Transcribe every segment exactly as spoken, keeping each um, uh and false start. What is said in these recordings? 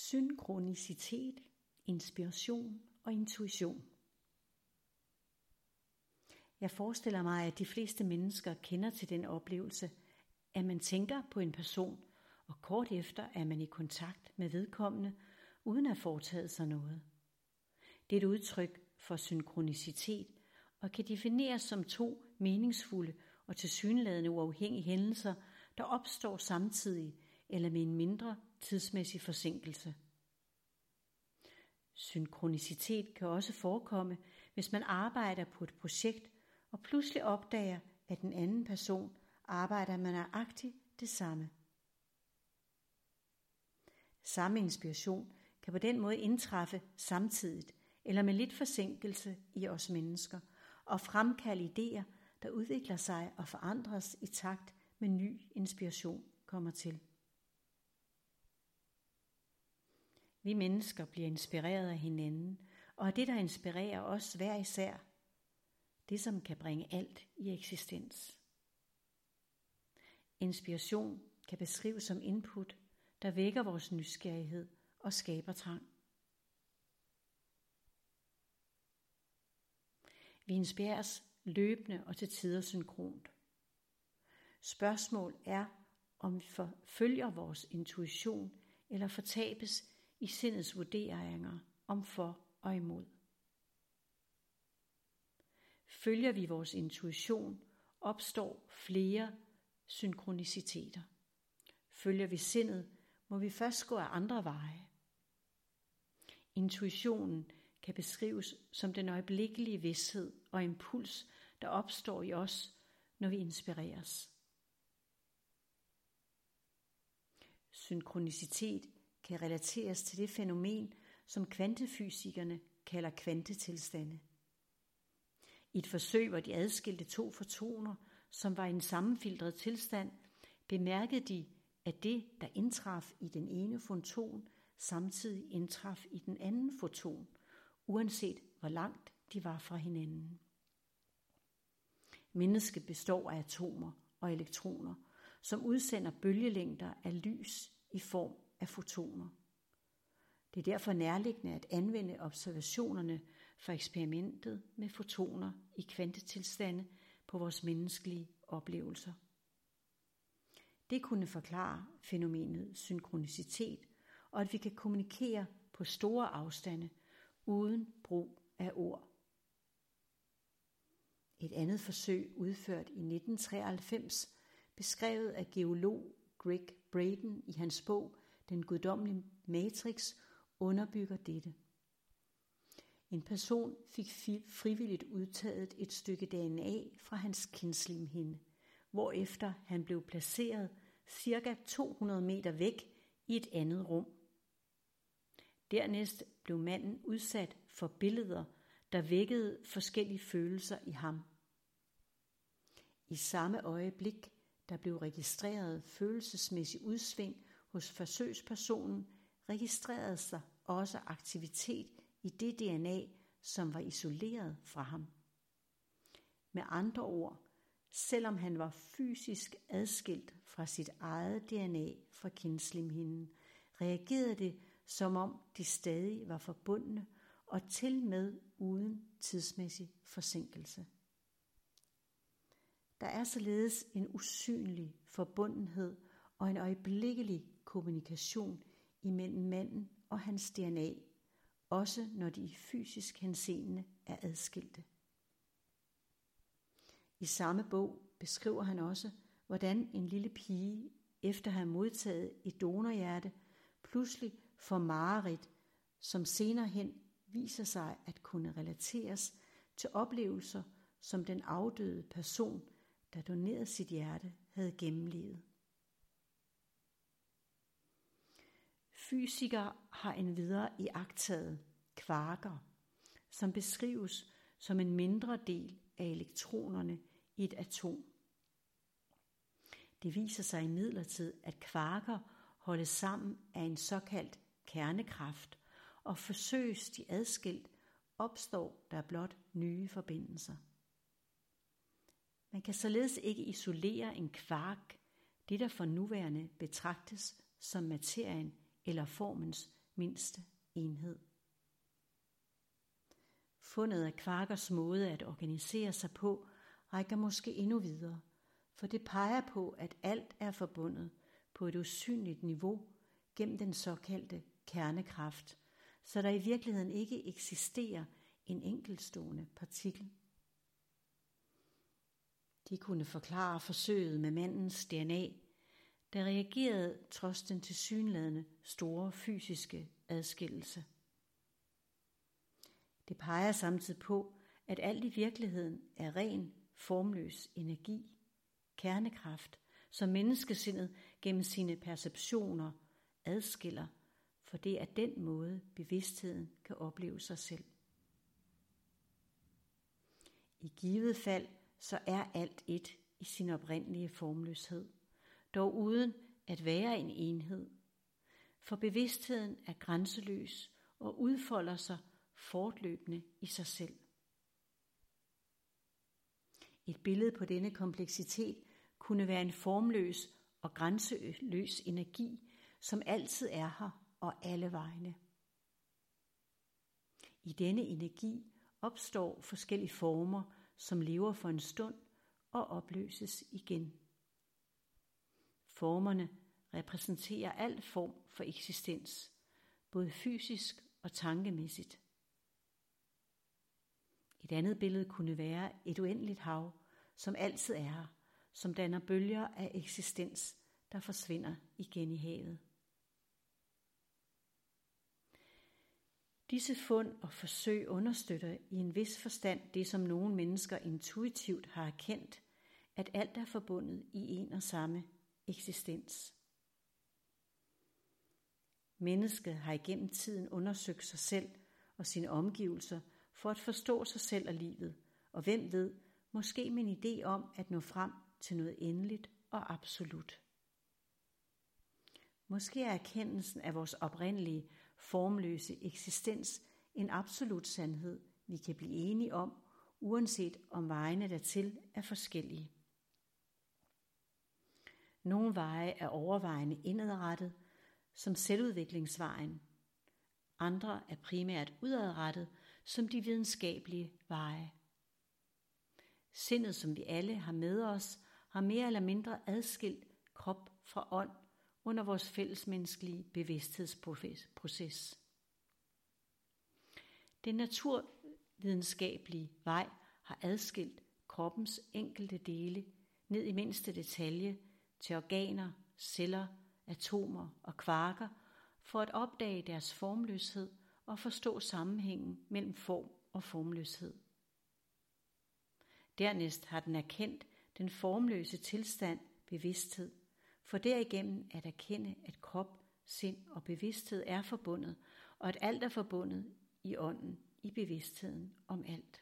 Synkronicitet, inspiration og intuition. Jeg forestiller mig, at de fleste mennesker kender til den oplevelse, at man tænker på en person, og kort efter er man i kontakt med vedkommende, uden at have foretaget sig noget. Det er et udtryk for synkronicitet, og kan defineres som to meningsfulde og tilsyneladende uafhængige hændelser, der opstår samtidig eller med en mindre tidsmæssig forsinkelse. Synkronicitet kan også forekomme, hvis man arbejder på et projekt og pludselig opdager, at den anden person arbejder med nøjagtigt det samme. Samme inspiration kan på den måde indtræffe samtidigt eller med lidt forsinkelse i os mennesker og fremkalde idéer, der udvikler sig og forandres i takt med ny inspiration kommer til. Vi mennesker bliver inspireret af hinanden, og af det, der inspirerer os hver især, det som kan bringe alt i eksistens. Inspiration kan beskrives som input, der vækker vores nysgerrighed og skaber trang. Vi inspireres løbende og til tider synkront. Spørgsmål er, om vi følger vores intuition eller fortabes i sindets vurderinger om for og imod. Følger vi vores intuition, opstår flere synkroniciteter. Følger vi sindet, må vi først gå af andre veje. Intuitionen kan beskrives som den øjeblikkelige vished og impuls, der opstår i os, når vi inspireres. Synkronicitet kan relateres til det fænomen, som kvantefysikerne kalder kvantetilstande. I et forsøg, hvor de adskilte to fotoner, som var i en sammenfiltret tilstand, bemærkede de, at det, der indtraf i den ene foton, samtidig indtraf i den anden foton, uanset hvor langt de var fra hinanden. Mennesket består af atomer og elektroner, som udsender bølgelængder af lys i form af fotoner. Det er derfor nærliggende at anvende observationerne for eksperimentet med fotoner i kvantetilstande på vores menneskelige oplevelser. Det kunne forklare fænomenet synkronicitet, og at vi kan kommunikere på store afstande uden brug af ord. Et andet forsøg udført i nitten treoghalvfems, beskrevet af geolog Gregg Braden i hans bog Den guddommelige matrix, underbygger dette. En person fik frivilligt udtaget et stykke D N A fra hans kindslimhinde, hvorefter han blev placeret cirka to hundrede meter væk i et andet rum. Dernæst blev manden udsat for billeder, der vækkede forskellige følelser i ham. I samme øjeblik, der blev registreret følelsesmæssig udsving hos forsøgspersonen, registrerede sig også aktivitet i det D N A, som var isoleret fra ham. Med andre ord, selvom han var fysisk adskilt fra sit eget D N A fra kindslimhinden, reagerede det, som om de stadig var forbundne og til med uden tidsmæssig forsinkelse. Der er således en usynlig forbundenhed og en øjeblikkelig kommunikation imellem manden og hans D N A, også når de i fysisk henseende er adskilte. I samme bog beskriver han også, hvordan en lille pige, efter at have modtaget et donorhjerte, pludselig får mareridt, som senere hen viser sig at kunne relateres til oplevelser, som den afdøde person, der donerede sit hjerte, havde gennemlevet. Fysikere har endvidere iagttaget kvarker, som beskrives som en mindre del af elektronerne i et atom. Det viser sig imidlertid, at kvarker holdes sammen af en såkaldt kernekraft, og forsøges de adskilt, opstår der blot nye forbindelser. Man kan således ikke isolere en kvark, det der for nuværende betragtes som materien eller formens mindste enhed. Fundet af Kvarkers måde at organisere sig på rækker måske endnu videre, for det peger på, at alt er forbundet på et usynligt niveau gennem den såkaldte kernekraft, så der i virkeligheden ikke eksisterer en enkeltstående partikel. De kunne forklare forsøget med mandens D N A, der reagerede trods den tilsyneladende store fysiske adskillelse. Det peger samtidig på, at alt i virkeligheden er ren, formløs energi, kernekraft, som menneskesindet gennem sine perceptioner adskiller, for det er den måde, bevidstheden kan opleve sig selv. I givet fald så er alt et i sin oprindelige formløshed, dog uden at være en enhed, for bevidstheden er grænseløs og udfolder sig fortløbende i sig selv. Et billede på denne kompleksitet kunne være en formløs og grænseløs energi, som altid er her og alle vegne. I denne energi opstår forskellige former, som lever for en stund og opløses igen. Formerne repræsenterer al form for eksistens, både fysisk og tankemæssigt. Et andet billede kunne være et uendeligt hav, som altid er her, som danner bølger af eksistens, der forsvinder igen i havet. Disse fund og forsøg understøtter i en vis forstand det, som nogle mennesker intuitivt har erkendt, at alt er forbundet i en og samme eksistens. Mennesket har igennem tiden undersøgt sig selv og sine omgivelser for at forstå sig selv og livet, og hvem ved, måske med en idé om at nå frem til noget endeligt og absolut. Måske er erkendelsen af vores oprindelige, formløse eksistens en absolut sandhed, vi kan blive enige om, uanset om vejene dertil er forskellige. Nogle veje er overvejende indadrettet, som selvudviklingsvejen. Andre er primært udadrettet, som de videnskabelige veje. Sindet, som vi alle har med os, har mere eller mindre adskilt krop fra ånd under vores fællesmenneskelige bevidsthedsproces. Den naturvidenskabelige vej har adskilt kroppens enkelte dele ned i mindste detalje til organer, celler, atomer og kvarker for at opdage deres formløshed og forstå sammenhængen mellem form og formløshed. Dernæst har den erkendt den formløse tilstand bevidsthed, for derigennem at erkende, at krop, sind og bevidsthed er forbundet, og at alt er forbundet i ånden, i bevidstheden om alt.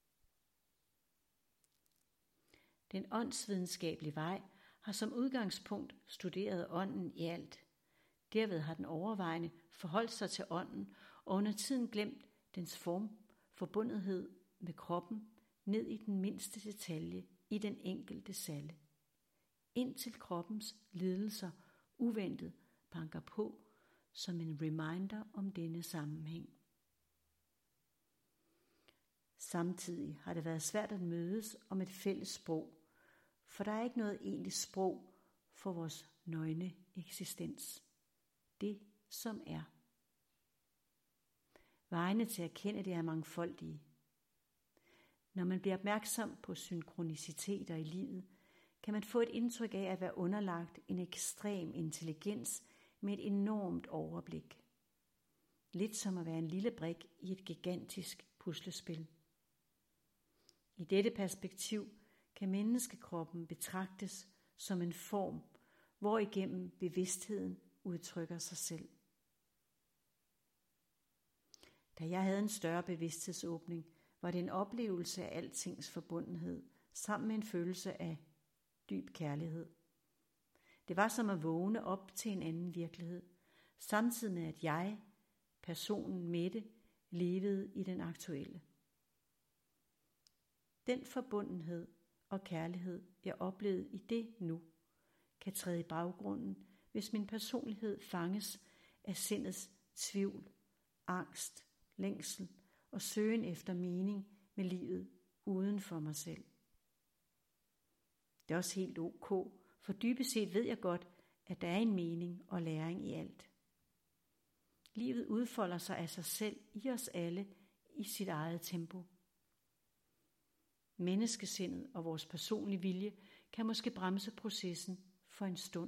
Den åndsvidenskabelige vej har som udgangspunkt studeret ånden i alt. Derved har den overvejende forholdt sig til ånden, og under tiden glemt dens form, forbundethed med kroppen, ned i den mindste detalje i den enkelte celle, indtil kroppens lidelser uventet banker på som en reminder om denne sammenhæng. Samtidig har det været svært at mødes om et fælles sprog, for der er ikke noget egentligt sprog for vores nøgne eksistens. Det, som er. Vejene til at kende det er mangfoldige. Når man bliver opmærksom på synkroniciteter i livet, kan man få et indtryk af at være underlagt en ekstrem intelligens med et enormt overblik. Lidt som at være en lille brik i et gigantisk puslespil. I dette perspektiv kan menneskekroppen betragtes som en form, hvorigennem bevidstheden udtrykker sig selv. Da jeg havde en større bevidsthedsåbning, var det en oplevelse af altings forbundenhed, sammen med en følelse af dyb kærlighed. Det var som at vågne op til en anden virkelighed, samtidig med at jeg, personen Mette, levede i den aktuelle. Den forbundenhed og kærlighed, jeg oplevede i det nu, kan træde i baggrunden, hvis min personlighed fanges af sindets tvivl, angst, længsel og søgen efter mening med livet uden for mig selv. Det er også helt ok, for dybest set ved jeg godt, at der er en mening og læring i alt. Livet udfolder sig af sig selv i os alle i sit eget tempo. Menneskesindet og vores personlige vilje kan måske bremse processen for en stund.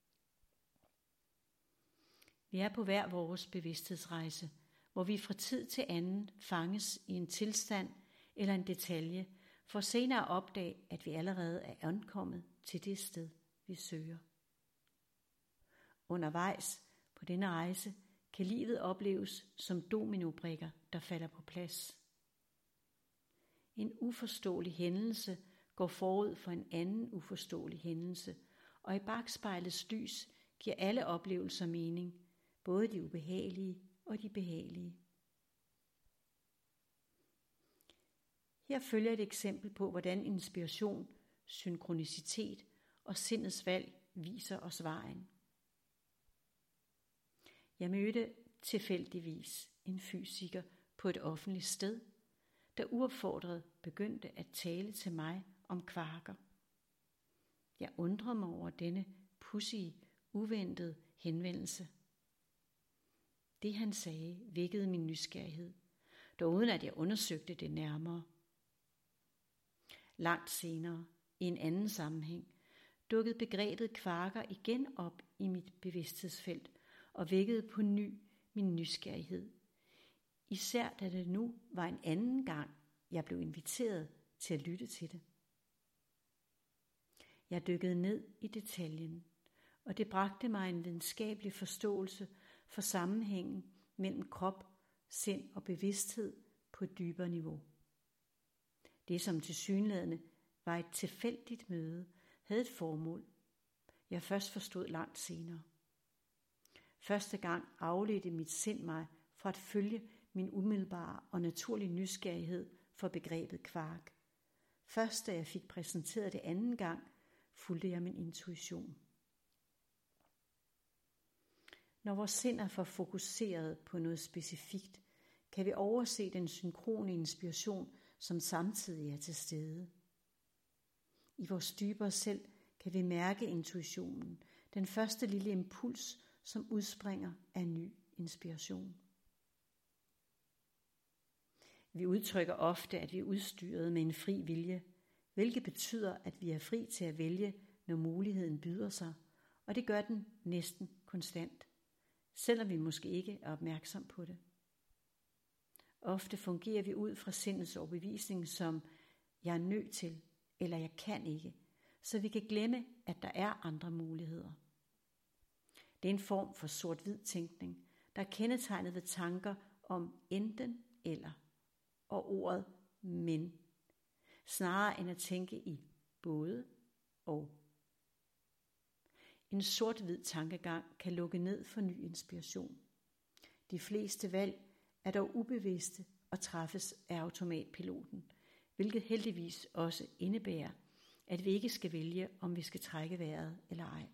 Vi er på hver vores bevidsthedsrejse, hvor vi fra tid til anden fanges i en tilstand eller en detalje, for senere at opdage, at vi allerede er ankommet til det sted, vi søger. Undervejs på denne rejse kan livet opleves som dominobrikker, der falder på plads. En uforståelig hændelse går forud for en anden uforståelig hændelse, og i bakspejlets lys giver alle oplevelser mening, både de ubehagelige og de behagelige. Her følger et eksempel på, hvordan inspiration, synkronicitet og sindets valg viser os vejen. Jeg mødte tilfældigvis en fysiker på et offentligt sted, der uopfordret begyndte at tale til mig om kvarker. Jeg undrede mig over denne pudsige, uventede henvendelse. Det han sagde vækkede min nysgerrighed, dog uden at jeg undersøgte det nærmere. Langt senere, i en anden sammenhæng, dukkede begrebet kvarker igen op i mit bevidsthedsfelt og vækkede på ny min nysgerrighed. Især da det nu var en anden gang, jeg blev inviteret til at lytte til det. Jeg dykkede ned i detaljen, og det bragte mig en videnskabelig forståelse for sammenhængen mellem krop, sind og bevidsthed på et dybere niveau. Det, som tilsyneladende var et tilfældigt møde, havde et formål, jeg først forstod langt senere. Første gang afledte mit sind mig fra at følge min umiddelbare og naturlige nysgerrighed for begrebet kvark. Først da jeg fik præsenteret det anden gang, fulgte jeg min intuition. Når vores sind er for fokuseret på noget specifikt, kan vi overse den synkrone inspiration, som samtidig er til stede. I vores dybere selv kan vi mærke intuitionen, den første lille impuls, som udspringer af ny inspiration. Vi udtrykker ofte, at vi er udstyret med en fri vilje, hvilket betyder, at vi er fri til at vælge, når muligheden byder sig, og det gør den næsten konstant, selvom vi måske ikke er opmærksom på det. Ofte fungerer vi ud fra sindets overbevisning som, jeg er nødt til, eller jeg kan ikke, så vi kan glemme, at der er andre muligheder. Det er en form for sort-hvid tænkning, der er kendetegnet ved tanker om enten eller, og ordet men, snarere end at tænke i både og. En sort-hvid tankegang kan lukke ned for ny inspiration. De fleste valg er dog ubevidste og træffes af automatpiloten, hvilket heldigvis også indebærer, at vi ikke skal vælge, om vi skal trække vejret eller ej.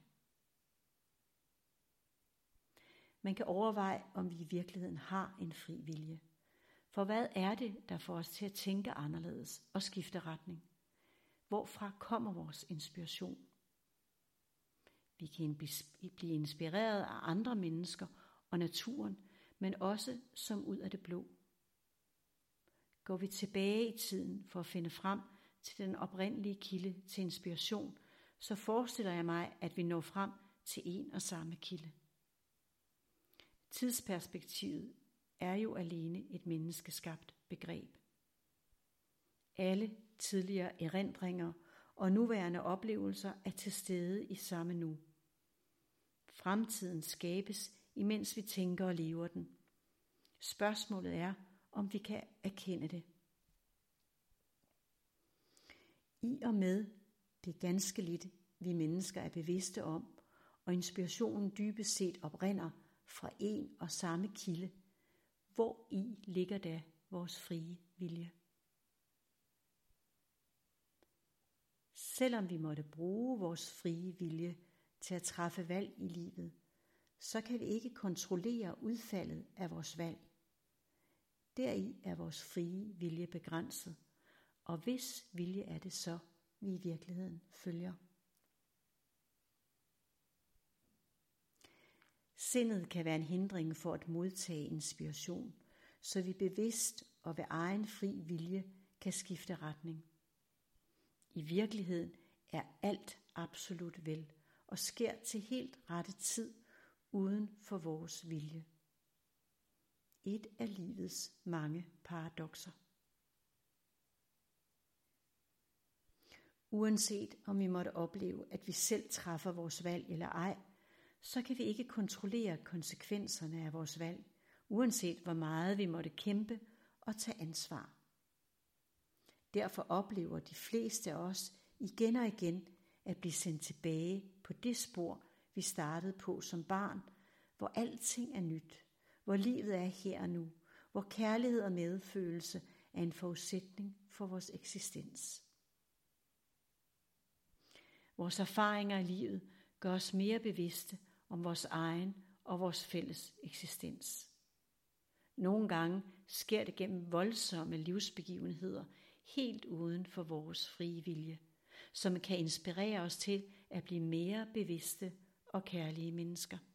Man kan overveje, om vi i virkeligheden har en fri vilje. For hvad er det, der får os til at tænke anderledes og skifte retning? Hvorfra kommer vores inspiration? Vi kan blive inspireret af andre mennesker og naturen, men også som ud af det blå. Går vi tilbage i tiden for at finde frem til den oprindelige kilde til inspiration, så forestiller jeg mig, at vi når frem til en og samme kilde. Tidsperspektivet er jo alene et menneskeskabt begreb. Alle tidligere erindringer og nuværende oplevelser er til stede i samme nu. Fremtiden skabes, imens vi tænker og lever den. Spørgsmålet er, om vi kan erkende det. I og med det ganske lidt, vi mennesker er bevidste om, og inspirationen dybest set oprinder fra en og samme kilde, hvor i ligger da vores frie vilje. Selvom vi måtte bruge vores frie vilje til at træffe valg i livet, så kan vi ikke kontrollere udfaldet af vores valg. Deri er vores frie vilje begrænset, og hvis vilje er det så, vi i virkeligheden følger. Sindet kan være en hindring for at modtage inspiration, så vi bevidst og ved egen fri vilje kan skifte retning. I virkeligheden er alt absolut vel og sker til helt rette tid uden for vores vilje. Et af livets mange paradokser. Uanset om vi måtte opleve, at vi selv træffer vores valg eller ej, så kan vi ikke kontrollere konsekvenserne af vores valg, uanset hvor meget vi måtte kæmpe og tage ansvar. Derfor oplever de fleste af os igen og igen at blive sendt tilbage på det spor, vi startede på som barn, hvor alting er nyt, hvor livet er her og nu, hvor kærlighed og medfølelse er en forudsætning for vores eksistens. Vores erfaringer i livet gør os mere bevidste om vores egen og vores fælles eksistens. Nogle gange sker det gennem voldsomme livsbegivenheder, helt uden for vores frie vilje, som kan inspirere os til at blive mere bevidste og kærlige mennesker.